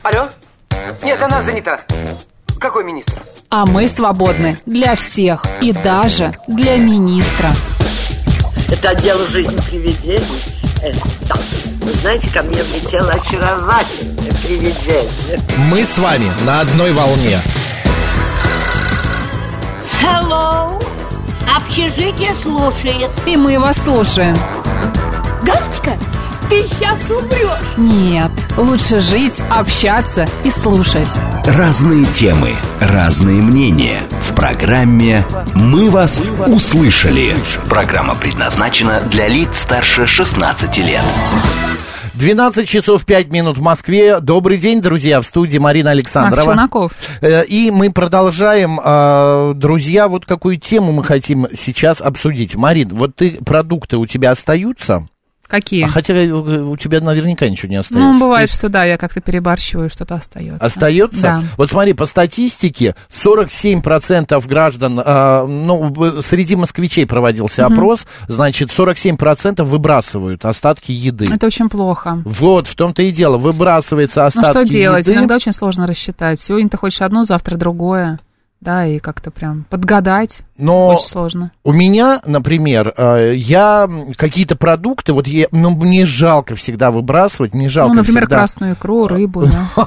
Алло? Нет, она занята. Какой министр? А мы свободны для всех и даже для министра. Это отдел «Жизнь привидений». Да. Вы знаете, ко мне влетело очаровательное привидение. Мы с вами на одной волне. Hello. Общежитие слушает. И мы вас слушаем. Галочка, ты сейчас умрешь. Нет, лучше жить, общаться и слушать. Разные темы, разные мнения. В программе «Мы вас услышали». Программа предназначена для лиц старше 16 лет. 12 часов 5 минут в Москве. Добрый день, друзья, в студии Марина Александрова. Макс Челноков. И мы продолжаем, друзья, вот какую тему мы хотим сейчас обсудить. Марин, вот продукты у тебя остаются? Какие? Хотя у тебя наверняка ничего не остается. Ну, бывает, что да, я как-то перебарщиваю, что-то остается. Остается? Да. Вот смотри, по статистике 47% граждан, среди москвичей проводился опрос, значит, 47% выбрасывают остатки еды. Это очень плохо. Вот, в том-то и дело, выбрасывается остатки еды. Ну, что делать? Иногда очень сложно рассчитать. Сегодня ты хочешь одно, завтра другое. Да, и как-то прям подгадать. Но очень сложно. У меня, например, я какие-то продукты, мне жалко всегда выбрасывать, мне жалко например, всегда... красную икру, рыбу,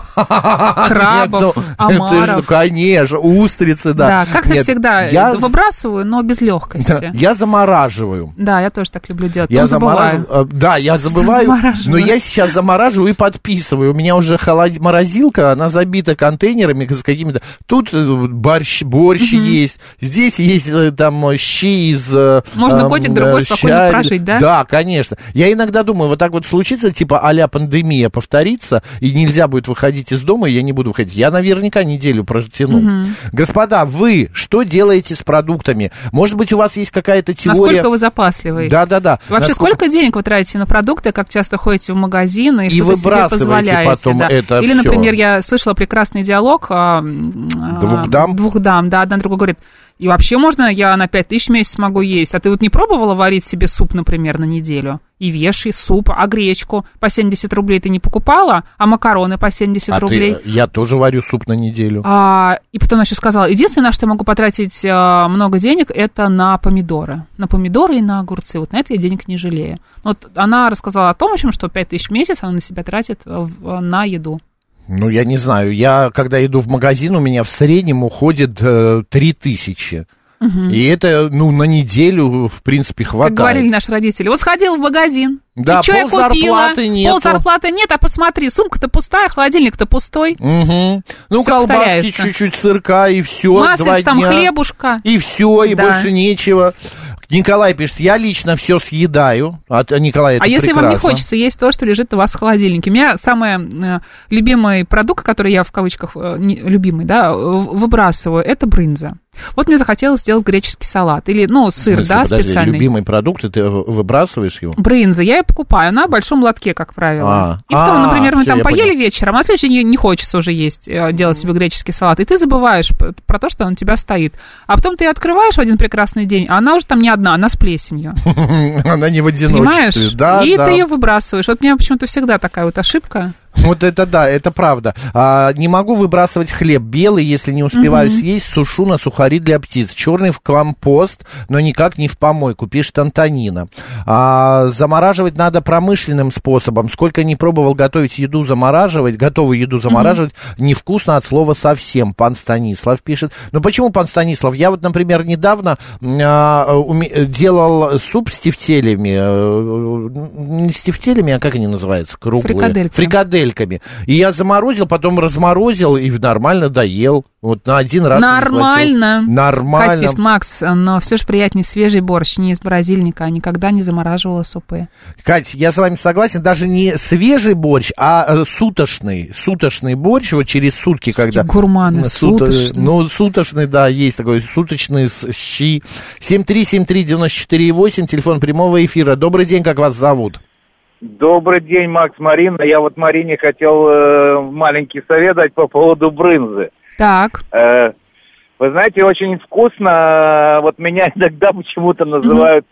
крабов, омаров. Конечно, устрицы, да. Да, как-то всегда выбрасываю, но без легкости. Я замораживаю. Да, я тоже так люблю делать, я забываю. Да, я забываю, но я сейчас замораживаю и подписываю. У меня уже морозилка, она забита контейнерами с какими-то... Тут борщ есть, здесь есть там щи из... Можно годик другой спокойно прожить, да? Да, конечно. Я иногда думаю, вот так вот случится, типа а-ля пандемия повторится, и нельзя будет выходить из дома, и я не буду выходить. Я наверняка неделю протяну. Господа, вы что делаете с продуктами? Может быть, у вас есть какая-то теория... Насколько вы запасливый? Да. Вообще, сколько денег вы тратите на продукты, как часто ходите в магазин, и что-то себе позволяете? Потом это Или, всё. Например, я слышала прекрасный диалог двух дам, да, одна другая говорит, и вообще можно я на 5000 в месяц могу есть, а ты вот не пробовала варить себе суп, например, на неделю? И вешай суп, а гречку по 70 рублей ты не покупала, а макароны по 70 рублей? Я тоже варю суп на неделю. И потом она еще сказала, единственное, на что я могу потратить много денег, это на помидоры. На помидоры и на огурцы. Вот на это я денег не жалею. Вот она рассказала о том, в общем, что 5000 в месяц она на себя тратит на еду. Ну, я не знаю, я, когда иду в магазин, у меня в среднем уходит 3000. И это, на неделю, в принципе, хватает. Как говорили наши родители, вот сходил в магазин, да, и что я купила? Ползарплаты нет, а посмотри, сумка-то пустая, холодильник-то пустой. Ну, всё колбаски, повторяется. Чуть-чуть сырка, и все, маслица, 2 дня. Там хлебушка. И все, и больше нечего. Николай пишет, я лично все съедаю. Николай, это если прекрасно. Вам не хочется есть то, что лежит у вас в холодильнике? У меня самый любимый продукт, который я в кавычках любимый, да, выбрасываю, это брынза. Вот мне захотелось сделать греческий салат. Или, сыр, да, специальный. Любимый продукт, и ты выбрасываешь его? Брынза. Я ее покупаю. Она в большом лотке, как правило. И потом, например, мы там поели вечером, а на следующий день не хочется уже есть, делать себе греческий салат. И ты забываешь про то, что он у тебя стоит. А потом ты ее открываешь в один прекрасный день, а она уже там не одна, она с плесенью. Она не в одиночестве. Понимаешь? Да, и ты ее выбрасываешь. Вот у меня почему-то всегда такая вот ошибка. Вот это да, это правда. Не могу выбрасывать хлеб белый, если не успеваю съесть, сушу на сухари для птиц. Черный в компост, но никак не в помойку, пишет Антонина. Замораживать надо промышленным способом. Сколько не пробовал готовую еду замораживать, невкусно от слова совсем, пан Станислав пишет. Ну почему, пан Станислав? Я вот, например, недавно делал суп с тефтелями. Не с тефтелями, а как они называются? Круглые. Фрикадельками. И я заморозил, потом разморозил и нормально доел. Вот на один раз. Нормально. Нормально. Катя пишет, Макс, но все же приятнее свежий борщ, не из морозильника, никогда не замораживала супы. Кать, я с вами согласен, даже не свежий борщ, а суточный борщ, вот через сутки, когда... Гурманы, суточный. Суточный, да, есть такой, суточный с щи. 7373948, телефон прямого эфира. Добрый день, как вас зовут? Добрый день, Макс, Марина. Я вот Марине хотел маленький совет дать по поводу брынзы. Так. Вы знаете, очень вкусно. Вот меня иногда почему-то называют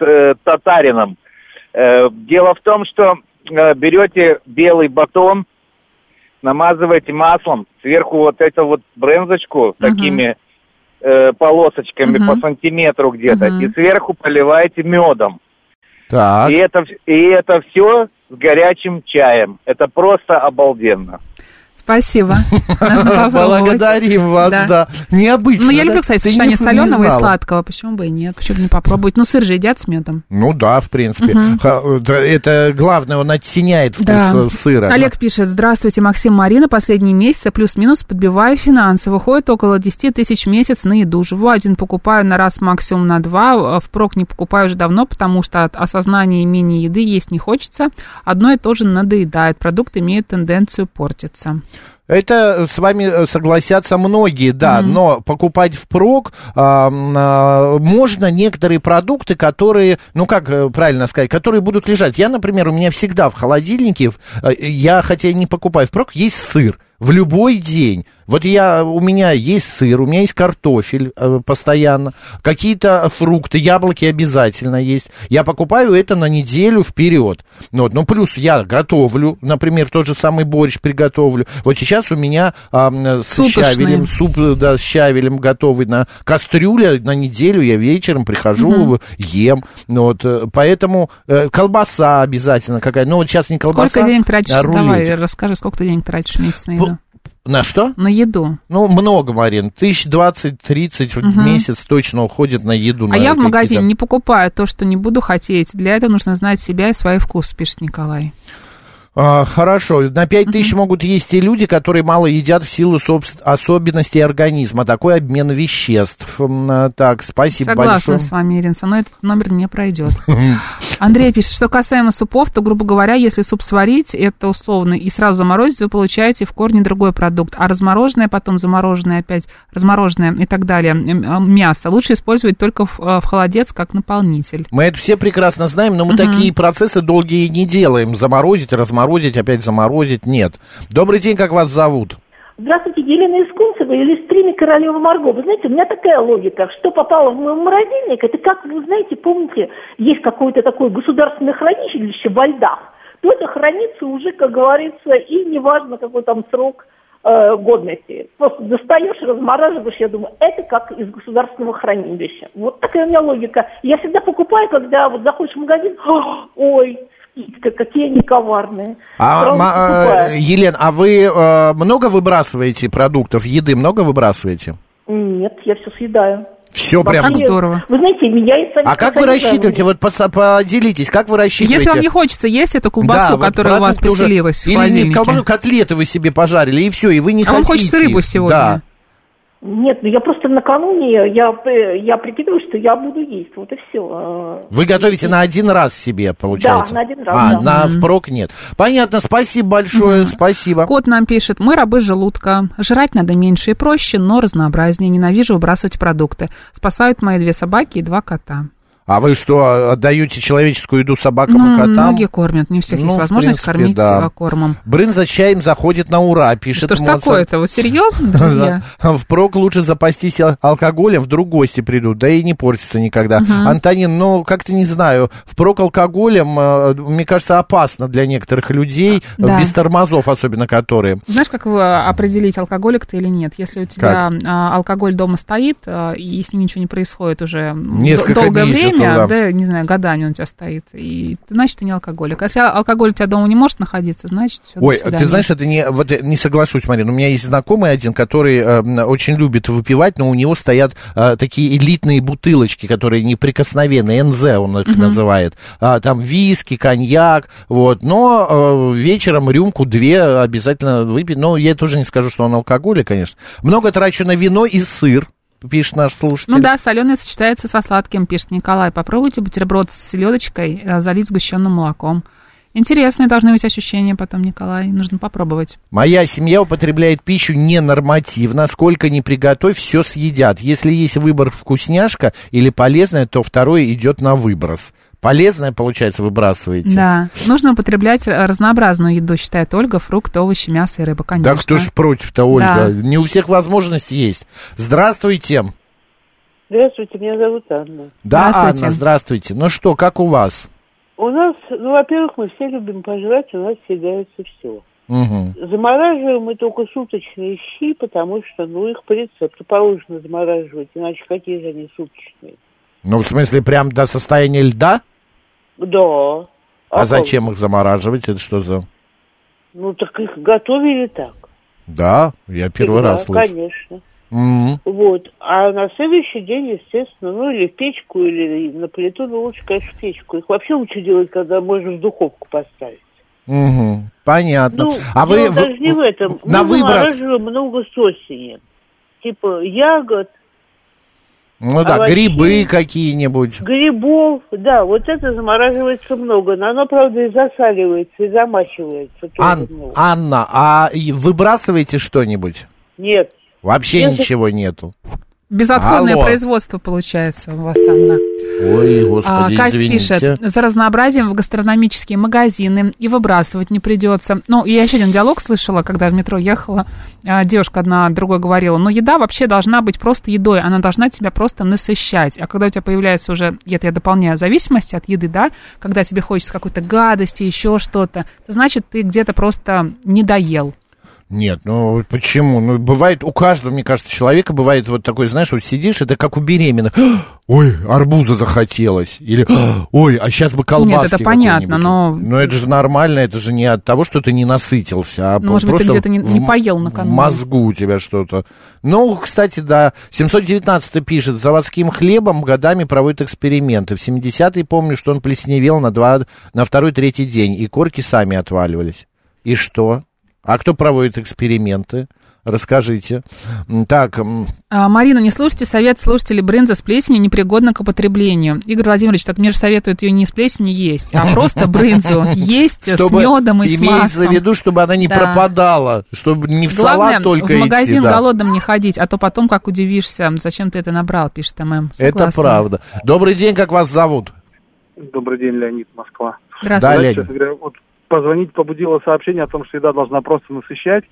татарином. Дело в том, что берете белый батон, намазываете маслом, сверху вот эту вот брынзочку такими полосочками по сантиметру где-то, и сверху поливаете медом. Так. И это все с горячим чаем. Это просто обалденно. Спасибо. Благодарим вас, да. Необычно. Ну, я люблю, кстати, сочетание соленого и сладкого. Почему бы и нет? Почему бы не попробовать? Ну, сыр же едят с медом. Ну да, в принципе. Это главное, он оттеняет вкус сыра. Олег пишет: здравствуйте, Максим, Марина. Последние месяцы плюс-минус подбиваю финансы. Выходит около 10 тысяч в месяц на еду. Живу один, покупаю на раз, максимум на два. Впрок не покупаю уже давно, потому что от осознания менее еды есть не хочется. Одно и то же надоедает. Продукты имеют тенденцию портиться. Это с вами согласятся многие, да, но покупать впрок можно некоторые продукты, которые, ну как правильно сказать, которые будут лежать. Я, например, у меня всегда в холодильнике, я хотя и не покупаю впрок, есть сыр. В любой день. Вот у меня есть сыр, у меня есть картофель постоянно, какие-то фрукты, яблоки обязательно есть. Я покупаю это на неделю вперед. Вот. Ну, плюс я готовлю, например, тот же самый борщ приготовлю. Вот сейчас у меня с щавелем, суп с щавелем готовый на кастрюле на неделю. Я вечером прихожу, ем. Вот. Поэтому колбаса обязательно какая. Ну, вот сейчас не колбаса, сколько денег тратишь? а рулетик. Давай, расскажи, сколько ты денег тратишь в месяц на еду? На что? На еду. Ну, много, Марин. 20-30 в месяц точно уходит на еду. А я в магазине не покупаю то, что не буду хотеть. Для этого нужно знать себя и свои вкусы, пишет Николай. Хорошо. На 5 тысяч могут есть и люди, которые мало едят в силу особенностей организма. Такой обмен веществ. Так, спасибо большое. Согласна с вами, Ирина, со мной этот номер не пройдет. Андрей пишет, что касаемо супов, то, грубо говоря, если суп сварить, это условно, и сразу заморозить, вы получаете в корне другой продукт. А размороженное, потом замороженное, опять размороженное и так далее, мясо лучше использовать только в холодец как наполнитель. Мы это все прекрасно знаем, но мы такие процессы долгие не делаем. Заморозить, разморозить, опять заморозить. Нет. Добрый день, как вас зовут? Здравствуйте, Елена из Кунцева или стриме Королева Марго. Вы знаете, у меня такая логика, что попало в мой морозильник, это как, вы знаете, помните, есть какое-то такое государственное хранилище во льдах, то это хранится уже, как говорится, и неважно, какой там срок годности. Просто достаешь, размораживаешь, я думаю, это как из государственного хранилища. Вот такая у меня логика. Я всегда покупаю, когда вот заходишь в магазин, ой, какие они коварные. Елена, а вы много выбрасываете продуктов, еды много выбрасываете? Нет, я все съедаю. Все прям как здорово. Вы знаете, меня и сами... А как вы рассчитываете? Вот поделитесь, как вы рассчитываете? Если вам не хочется есть эту колбасу, которая у вас поселилась в холодильнике. Или котлеты вы себе пожарили, и все, и вы не хотите. Вам хочется рыбу сегодня. Да. Нет, ну я просто накануне, я прикидываю, что я буду есть, вот и все. Вы готовите на один раз себе, получается? Да, на один раз, на впрок нет. Понятно, спасибо большое, спасибо. Кот нам пишет, мы рабы желудка, жрать надо меньше и проще, но разнообразнее, ненавижу выбрасывать продукты. Спасают мои 2 собаки и 2 кота. А вы что, отдаете человеческую еду собакам и котам? Многие кормят, не у всех есть возможность кормить кормом. Брынза с чаем заходит на ура, пишет Что ж такое-то, вот серьезно, друзья? Впрок лучше запастись алкоголем, вдруг гости придут, да и не портится никогда. Антонин, ну, как-то не знаю, впрок алкоголем, мне кажется, опасно для некоторых людей, без тормозов особенно которые. Знаешь, как определить, алкоголик ты или нет? Если у тебя алкоголь дома стоит, и с ним ничего не происходит уже долгое время, да, не знаю, годами он у тебя стоит, и значит, ты не алкоголик. А если алкоголь у тебя дома не может находиться, значит, все, до свидания. Ты знаешь, это не соглашусь, Марина. У меня есть знакомый один, который очень любит выпивать, но у него стоят такие элитные бутылочки, которые неприкосновенные, НЗ он их называет. Там виски, коньяк, вот. Но вечером рюмку-2 обязательно выпить. Но я тоже не скажу, что он алкоголик, конечно. Много трачу на вино и сыр. Пишет наш слушатель. Ну да, соленое сочетается со сладким, пишет Николай. Попробуйте бутерброд с селедочкой, залить сгущенным молоком. Интересные должны быть ощущения потом, Николай. Нужно попробовать. Моя семья употребляет пищу ненормативно. Сколько ни приготовь, все съедят. Если есть выбор вкусняшка или полезное, то второе идет на выброс. Полезное, получается, выбрасываете? Да. Нужно употреблять разнообразную еду, считает Ольга. Фрукты, овощи, мясо и рыба, конечно. Да кто ж против-то, Ольга? Да. Не у всех возможности есть. Здравствуйте. Здравствуйте, меня зовут Анна. Да, здравствуйте. Анна, здравствуйте. Ну что, как у вас? У нас, во-первых, мы все любим пожрать, у нас съедается все. Замораживаем мы только суточные щи, потому что, их по рецепту положено замораживать, иначе какие же они суточные? Ну, в смысле, прям до состояния льда? Да. А зачем их замораживать? Это что за... Так их готовили так. Да, я первый раз слышу. Конечно. Вот. А на следующий день, естественно, или в печку, или на плиту, лучше, конечно, в печку. Их вообще лучше делать, когда можно в духовку поставить. Понятно. Вы даже не в этом. Мы замораживаем много с осени. Типа ягод. Овощей, грибы какие-нибудь. Грибов, да, вот это замораживается много. Но оно, правда, и засаливается, и замачивается. Анна, а выбрасываете что-нибудь? Нет. Вообще ничего нету? Безотходное производство получается у вас, Анна. Ой, господи, Кась извините. пишет, за разнообразием в гастрономические магазины и выбрасывать не придется. Я еще один диалог слышала, когда в метро ехала. Девушка одна другой говорила, еда вообще должна быть просто едой, она должна тебя просто насыщать. А когда у тебя появляется уже, это я дополняю, зависимость от еды, да, когда тебе хочется какой-то гадости, еще что-то, значит, ты где-то просто не доел. Нет, почему? Бывает, у каждого, мне кажется, человека бывает вот такой, знаешь, вот сидишь, это как у беременных. Ой, арбуза захотелось. Или, ой, а сейчас бы колбаски. Нет, это понятно, но... это же нормально, это же не от того, что ты не насытился, а может просто быть, ты где-то не поел накануне. В мозгу у тебя что-то. Кстати, да, 719 пишет, заводским хлебом годами проводят эксперименты. В 70-е помню, что он плесневел на 2-3 день, и корки сами отваливались. И что? А кто проводит эксперименты? Расскажите. Так. Марина, не слушайте совет слушателей: брынза с плесенью непригодна к употреблению. Игорь Владимирович, так мне же советуют ее не с плесенью есть, а просто брынзу есть с медом и с маслом. Имеется в виду, чтобы она не пропадала, чтобы не в салат только идти. Главное, в магазин голодным не ходить, а то потом как удивишься, зачем ты это набрал, пишет ММ. Это правда. Добрый день, как вас зовут? Добрый день, Леонид, Москва. Здравствуйте. Да, Леонид. Честно говоря, позвонить побудило сообщение о том, что еда должна просто насыщать.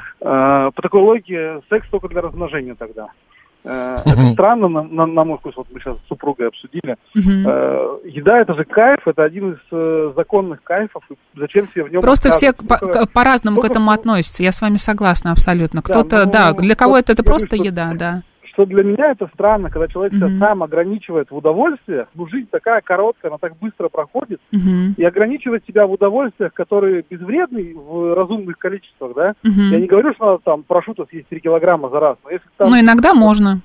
По такой логике, секс только для размножения тогда. Это странно, на мой вкус, вот мы сейчас с супругой обсудили. Еда — это же кайф, это один из законных кайфов. Зачем себе в нем... Просто все по-разному к этому относятся, я с вами согласна абсолютно. Кто-то, для кого-то это просто еда, да. Что для меня это странно, когда человек себя сам ограничивает в удовольствиях. Жизнь такая короткая, она так быстро проходит. И ограничивать себя в удовольствиях, которые безвредны в разумных количествах, да. Я не говорю, что надо там прошутто съесть 3 килограмма за раз. Но если там... иногда можно.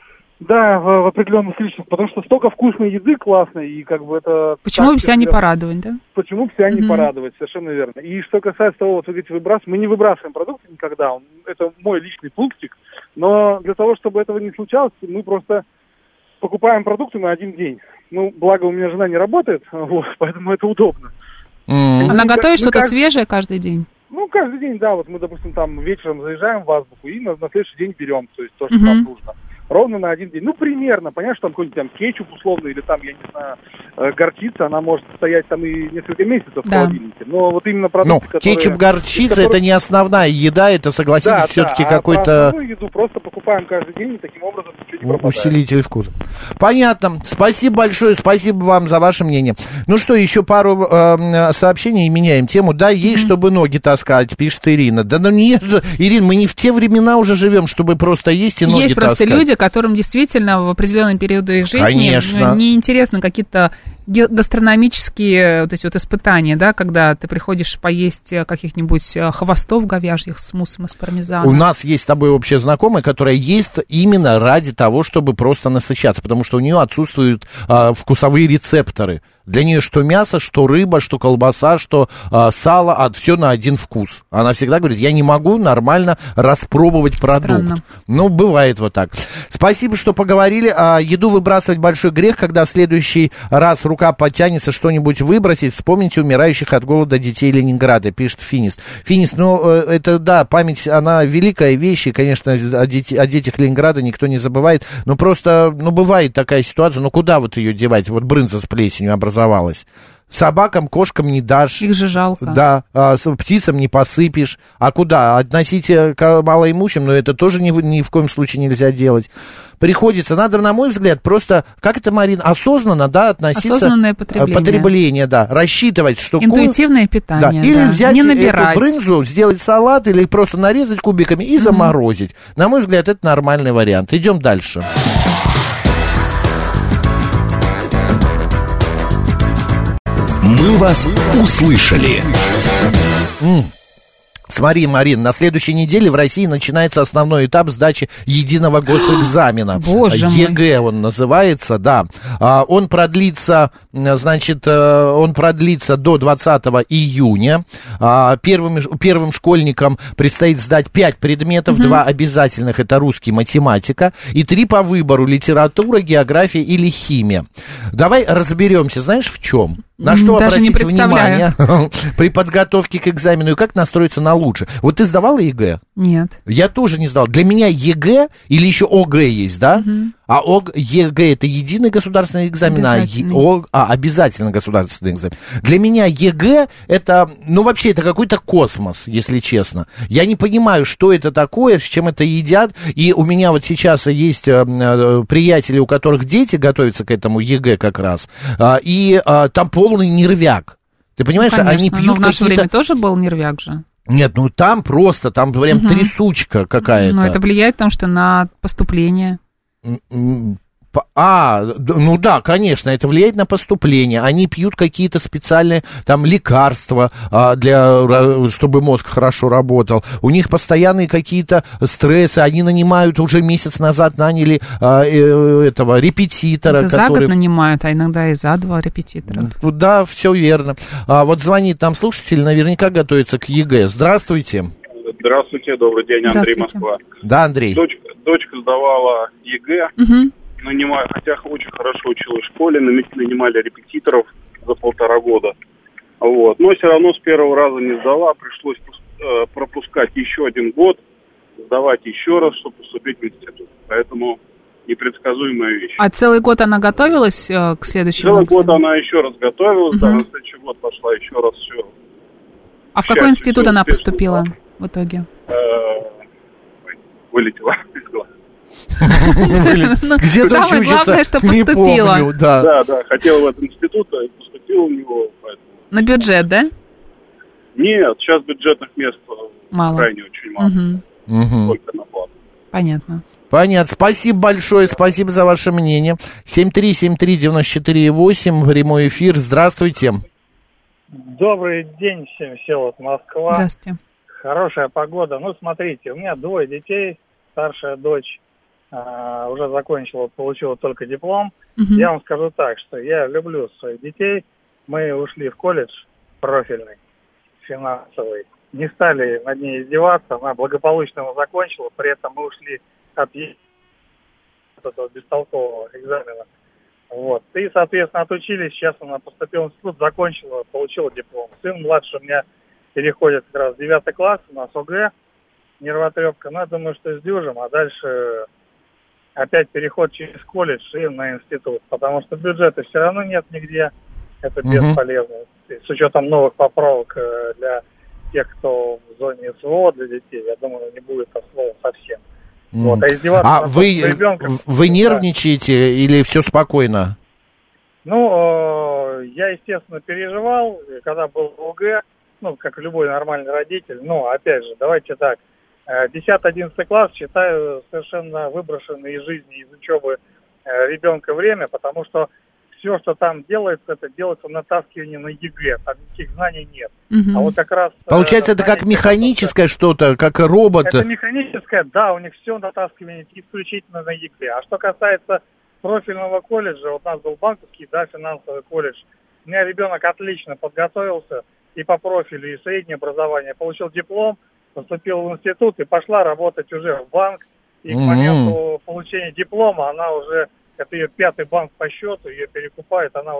Да, в определенных количествах, потому что столько вкусной еды классной, и это... Почему бы себя не порадовать, да? Почему бы себя не порадовать, совершенно верно. И что касается того, вот вы говорите, мы не выбрасываем продукты никогда, это мой личный пунктик, но для того, чтобы этого не случалось, мы просто покупаем продукты на один день. Благо у меня жена не работает, поэтому это удобно. Она готовит что-то свежее каждый день? Каждый день, да, мы, допустим, там вечером заезжаем в Азбуку и на следующий день берем, то есть то, что нам нужно. Ровно на один день. Примерно. Понимаешь, там какой-нибудь там кетчуп условно, или там, я не знаю, горчица, она может стоять там и несколько месяцев в холодильнике. Но вот именно продукты, которые... кетчуп, горчица, это не основная еда, это, согласитесь, все-таки какой-то... основную еду просто покупаем каждый день, и таким образом ничего не пропадает. Усилитель вкуса. Понятно. Спасибо большое, спасибо вам за ваше мнение. Еще пару сообщений и меняем тему. Да, есть, чтобы ноги таскать, пишет Ирина. Да, нет же, Ирина, мы не в те времена уже живем, чтобы просто есть и ноги таскать. Есть просто люди, которым действительно в определенные периоды их жизни неинтересны какие-то гастрономические испытания, да, когда ты приходишь поесть каких-нибудь хвостов говяжьих с муссом из пармезана. У нас есть с тобой общая знакомая, которая ест именно ради того, чтобы просто насыщаться, потому что у нее отсутствуют вкусовые рецепторы. Для нее что мясо, что рыба, что колбаса, что сало, все на один вкус. Она всегда говорит, я не могу нормально распробовать продукт. Странно. Бывает вот так. Спасибо, что поговорили. Еду выбрасывать большой грех, когда в следующий раз рука потянется что-нибудь выбросить. Вспомните умирающих от голода детей Ленинграда, пишет Финист. Финист, это да, память, она великая вещь, и, конечно, о детях Ленинграда никто не забывает. Просто, бывает такая ситуация, куда вот ее девать? Вот брынза с плесенью образовалась. Собакам, кошкам не дашь. Их же жалко. Да, птицам не посыпешь. А куда? Относить к малоимущим, но это тоже ни в коем случае нельзя делать. Приходится, надо, на мой взгляд, просто, как это, Марин, осознанно, да, относиться... Осознанное потребление. Да, рассчитывать, что... Интуитивное питание, да. Или взять не эту брынзу, сделать салат, или просто нарезать кубиками и заморозить. На мой взгляд, это нормальный вариант. Идем дальше. Мы вас услышали. Смотри, Марин, на следующей неделе в России начинается основной этап сдачи единого госэкзамена. Боже ЕГЭ он называется, да. Он продлится, значит, до 20 июня. Первым школьникам предстоит сдать 5 предметов, 2 обязательных, это русский, математика, и 3 по выбору, литература, география или химия. Давай разберемся, знаешь, в чем? На что даже обратить внимание при подготовке к экзамену и как настроиться на лучше? Вот ты сдавала ЕГЭ? Нет. Я тоже не сдал. Для меня ЕГЭ или еще ОГЭ есть, да? А ЕГЭ это единый государственный экзамен, обязательно государственный экзамен. Для меня ЕГЭ это, вообще это какой-то космос, если честно. Я не понимаю, что это такое, с чем это едят. И у меня вот сейчас есть приятели, у которых дети готовятся к этому ЕГЭ как раз. И там полный нервяк. Ты понимаешь, они пьют но в наше время тоже был нервяк же. Нет, там прям трясучка какая-то. Но это влияет, потому что на поступление. Да, конечно, это влияет на поступление. Они пьют какие-то специальные там лекарства, чтобы мозг хорошо работал. У них постоянные какие-то стрессы. Они уже месяц назад наняли этого репетитора. Это за год нанимают, а иногда и за 2 репетитора. Да, все верно. Вот звонит нам слушатель, наверняка готовится к ЕГЭ. Здравствуйте. Здравствуйте, добрый день, Андрей, Москва. Да, Андрей. Дочка сдавала ЕГЭ, хотя очень хорошо училась в школе, нанимали репетиторов за 1,5 года. Вот. Но все равно с первого раза не сдала, пришлось пропускать еще 1 год, сдавать еще раз, чтобы поступить в институт. Поэтому непредсказуемая вещь. А целый год она готовилась к следующему? Целый год она еще раз готовилась, на следующий год пошла еще раз все. А в какой институт она поступила в итоге? Вылетела из глаз. Где самое главное, что поступила. Да, хотела в этот институт, и поступила в него. На бюджет, да? Нет, сейчас бюджетных мест крайне очень мало. Только на плату. Понятно. Спасибо большое, спасибо за ваше мнение. 7373948, прямой эфир. Здравствуйте. Добрый день всем, Всеволод, Москва. Здравствуйте. Хорошая погода. Смотрите, у меня 2 детей. Старшая дочь уже закончила, получила только диплом. Я вам скажу так, что я люблю своих детей. Мы ушли в колледж профильный, финансовый. Не стали над ней издеваться. Она благополучно его закончила. При этом мы ушли от этого бестолкового экзамена. Вот. И, соответственно, отучились. Сейчас она поступила в институт, закончила, получила диплом. Сын младший у меня переходит как раз в 9 класс, у нас ОГЭ, нервотрепка. Но я думаю, что сдюжим, а дальше опять переход через колледж и на институт. Потому что бюджета все равно нет нигде. Это бесполезно. С учетом новых поправок для тех, кто в зоне СВО для детей, я думаю, не будет СВО совсем. Вот, вы нервничаете или все спокойно? Я, естественно, переживал, когда был в ОГЭ, как любой нормальный родитель. Но, опять же, давайте так, 10-11 класс считаю совершенно выброшенное из жизни, из учебы ребенка время, потому что все, что там делается, это делается натаскивание на ЕГЭ, там никаких знаний нет. А вот как раз... Получается, это как механическое что-то, как робот? Это механическое, да, у них все натаскивание исключительно на ЕГЭ. А что касается профильного колледжа, вот у нас был банковский, финансовый колледж, у меня ребенок отлично подготовился и по профилю, и среднее образование, получил диплом, поступил в институт и пошла работать уже в банк. И к моменту получения диплома она уже... Это ее 5-й банк по счету, ее перекупает, она уже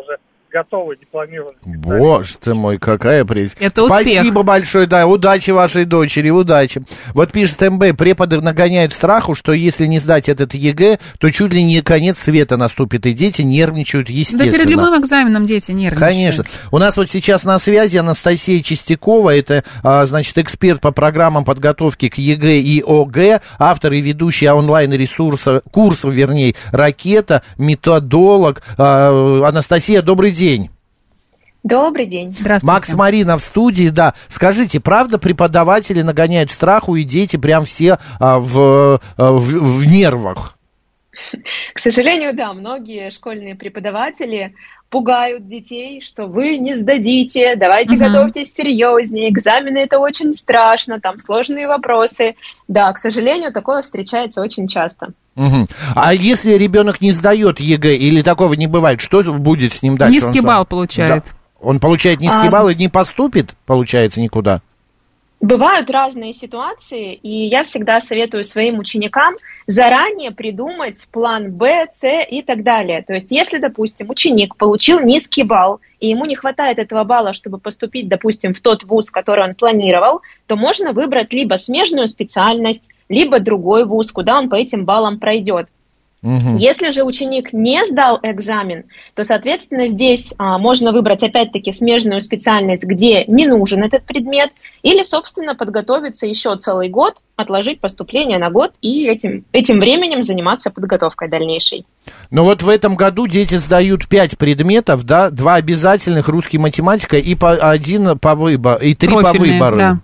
готовы дипломированные. Боже ты мой, какая прелесть. Это успех. Спасибо большое, да, удачи вашей дочери, удачи. Вот пишет МБ, преподы нагоняют страху, что если не сдать этот ЕГЭ, то чуть ли не конец света наступит, и дети нервничают, естественно. Да перед любым экзаменом дети нервничают. Конечно. У нас вот сейчас на связи Анастасия Чистякова, это, значит, эксперт по программам подготовки к ЕГЭ и ОГЭ, автор и ведущий онлайн-ресурса, курсов, вернее, «Ракета», методолог. Анастасия, добрый день. Добрый день. Здравствуйте. Макс, Марина в студии, да. Скажите, правда преподаватели нагоняют страху, и дети прям все в нервах? К сожалению, да, многие школьные преподаватели пугают детей, что вы не сдадите, давайте готовьтесь серьезнее, экзамены это очень страшно, там сложные вопросы. Да, к сожалению, такое встречается очень часто. А если ребенок не сдает ЕГЭ или такого не бывает, что будет с ним дальше? Низкий балл получает. Да. Он получает низкий балл и не поступит, получается, никуда? Бывают разные ситуации, и я всегда советую своим ученикам заранее придумать план Б, С и так далее. То есть, если, допустим, ученик получил низкий балл, и ему не хватает этого балла, чтобы поступить, допустим, в тот вуз, который он планировал, то можно выбрать либо смежную специальность, либо другой вуз, куда он по этим баллам пройдет. Если же ученик не сдал экзамен, то, соответственно, здесь можно выбрать, опять-таки, смежную специальность, где не нужен этот предмет, или, собственно, подготовиться еще целый год, отложить поступление на год и этим временем заниматься подготовкой дальнейшей. Ну вот в этом году дети сдают 5 предметов, да, 2 обязательных, русский, математика, и 1 по выбору, и 3 по выбору. Да.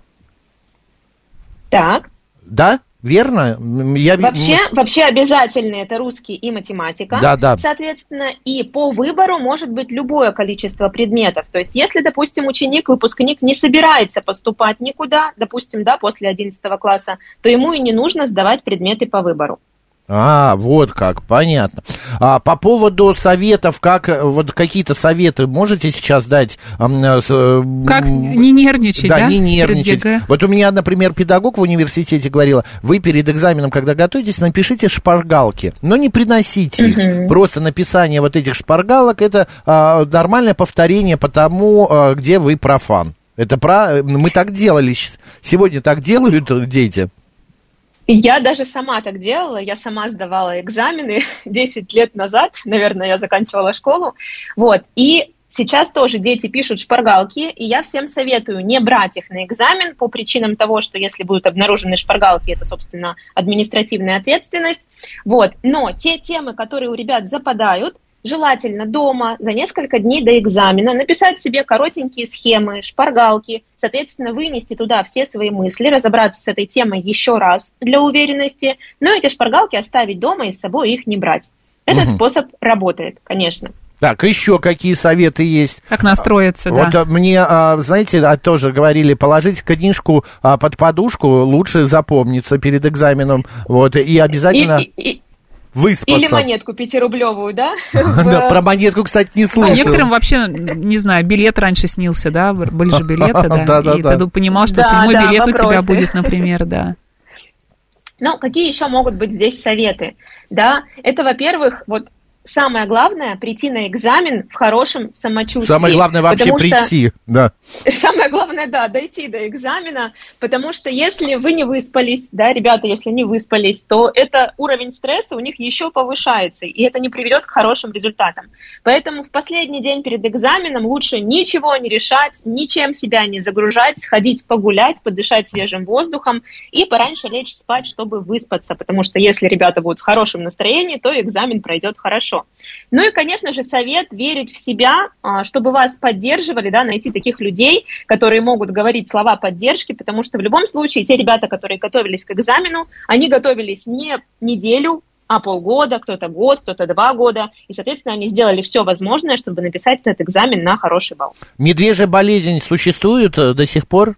Так. Да? Верно? Вообще обязательно это русский и математика. Да. Соответственно, и по выбору может быть любое количество предметов. То есть, если, допустим, ученик, выпускник не собирается поступать никуда, допустим, да, после 11 класса, то ему и не нужно сдавать предметы по выбору. Вот как, понятно. По поводу советов, вот какие-то советы можете сейчас дать? Как не нервничать, да? Да, не нервничать. Вот у меня, например, педагог в университете говорила, вы перед экзаменом, когда готовитесь, напишите шпаргалки, но не приносите их. Просто написание вот этих шпаргалок, это нормальное повторение по тому, где вы профан. Мы так делали, сегодня так делают дети. Я даже сама так делала, я сама сдавала экзамены 10 лет назад, наверное, я заканчивала школу, и сейчас тоже дети пишут шпаргалки, и я всем советую не брать их на экзамен по причинам того, что если будут обнаружены шпаргалки, это, собственно, административная ответственность, но те темы, которые у ребят западают, желательно дома за несколько дней до экзамена написать себе коротенькие схемы, шпаргалки, соответственно, вынести туда все свои мысли, разобраться с этой темой еще раз для уверенности, но эти шпаргалки оставить дома и с собой их не брать. Этот способ работает, конечно. Так, еще какие советы есть? Как настроиться, да. Вот мне, знаете, тоже говорили, положить книжку под подушку, лучше запомниться перед экзаменом, и обязательно... Выспаться. Или монетку 5-рублевую, да? Да, про монетку, кстати, не слышал. Некоторым вообще, не знаю, билет раньше снился, да? Были же билеты, да? И ты понимал, что 7-й билет у тебя будет, например, да. Ну, какие еще могут быть здесь советы? Да, это, во-первых, самое главное — прийти на экзамен в хорошем самочувствии. Самое главное вообще прийти, да. Самое главное, да, дойти до экзамена, потому что если вы не выспались, да, ребята, если не выспались, то уровень стресса у них еще повышается, и это не приведет к хорошим результатам. Поэтому в последний день перед экзаменом лучше ничего не решать, ничем себя не загружать, сходить погулять, подышать свежим воздухом и пораньше лечь спать, чтобы выспаться, потому что если ребята будут в хорошем настроении, то экзамен пройдет хорошо. Ну и, конечно же, совет верить в себя, чтобы вас поддерживали, да, найти таких людей, которые могут говорить слова поддержки, потому что в любом случае те ребята, которые готовились к экзамену, они готовились не неделю, а полгода, кто-то год, кто-то 2 года, и, соответственно, они сделали все возможное, чтобы написать этот экзамен на хороший балл. Медвежья болезнь существует до сих пор?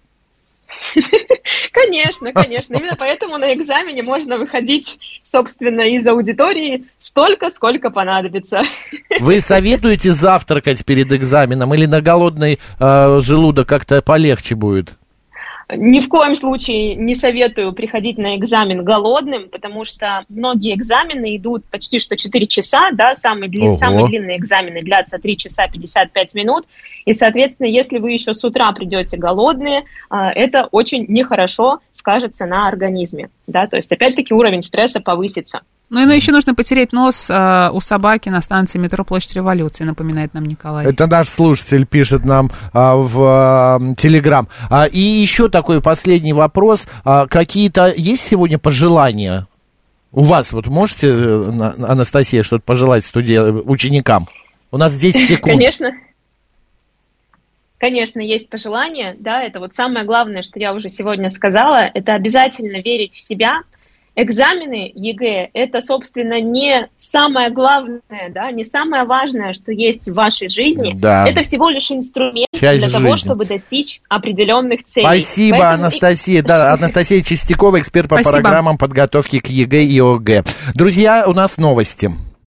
Конечно. Именно поэтому на экзамене можно выходить, собственно, из аудитории столько, сколько понадобится. Вы советуете завтракать перед экзаменом или на голодный желудок как-то полегче будет? Ни в коем случае не советую приходить на экзамен голодным, потому что многие экзамены идут почти что 4 часа, да, самые длинные экзамены длятся 3 часа 55 минут, и, соответственно, если вы еще с утра придете голодные, это очень нехорошо скажется на организме, да, то есть, опять-таки, уровень стресса повысится. Ну, и еще нужно потереть нос у собаки на станции метро Площадь Революции, напоминает нам Николай. Это наш слушатель пишет нам в Телеграм. И еще такой последний вопрос. Какие-то есть сегодня пожелания? У вас, вот можете, Анастасия, что-то пожелать ученикам? У нас 10 секунд. Конечно, есть пожелания, да, это вот самое главное, что я уже сегодня сказала, это обязательно верить в себя. Экзамены ЕГЭ – это, собственно, не самое главное, да, не самое важное, что есть в вашей жизни. Да. Это всего лишь инструмент для того, чтобы достичь определенных целей. Спасибо, поэтому... Анастасия. Да, Анастасия Чистякова, эксперт по программам подготовки к ЕГЭ и ОГЭ. Друзья, у нас новости.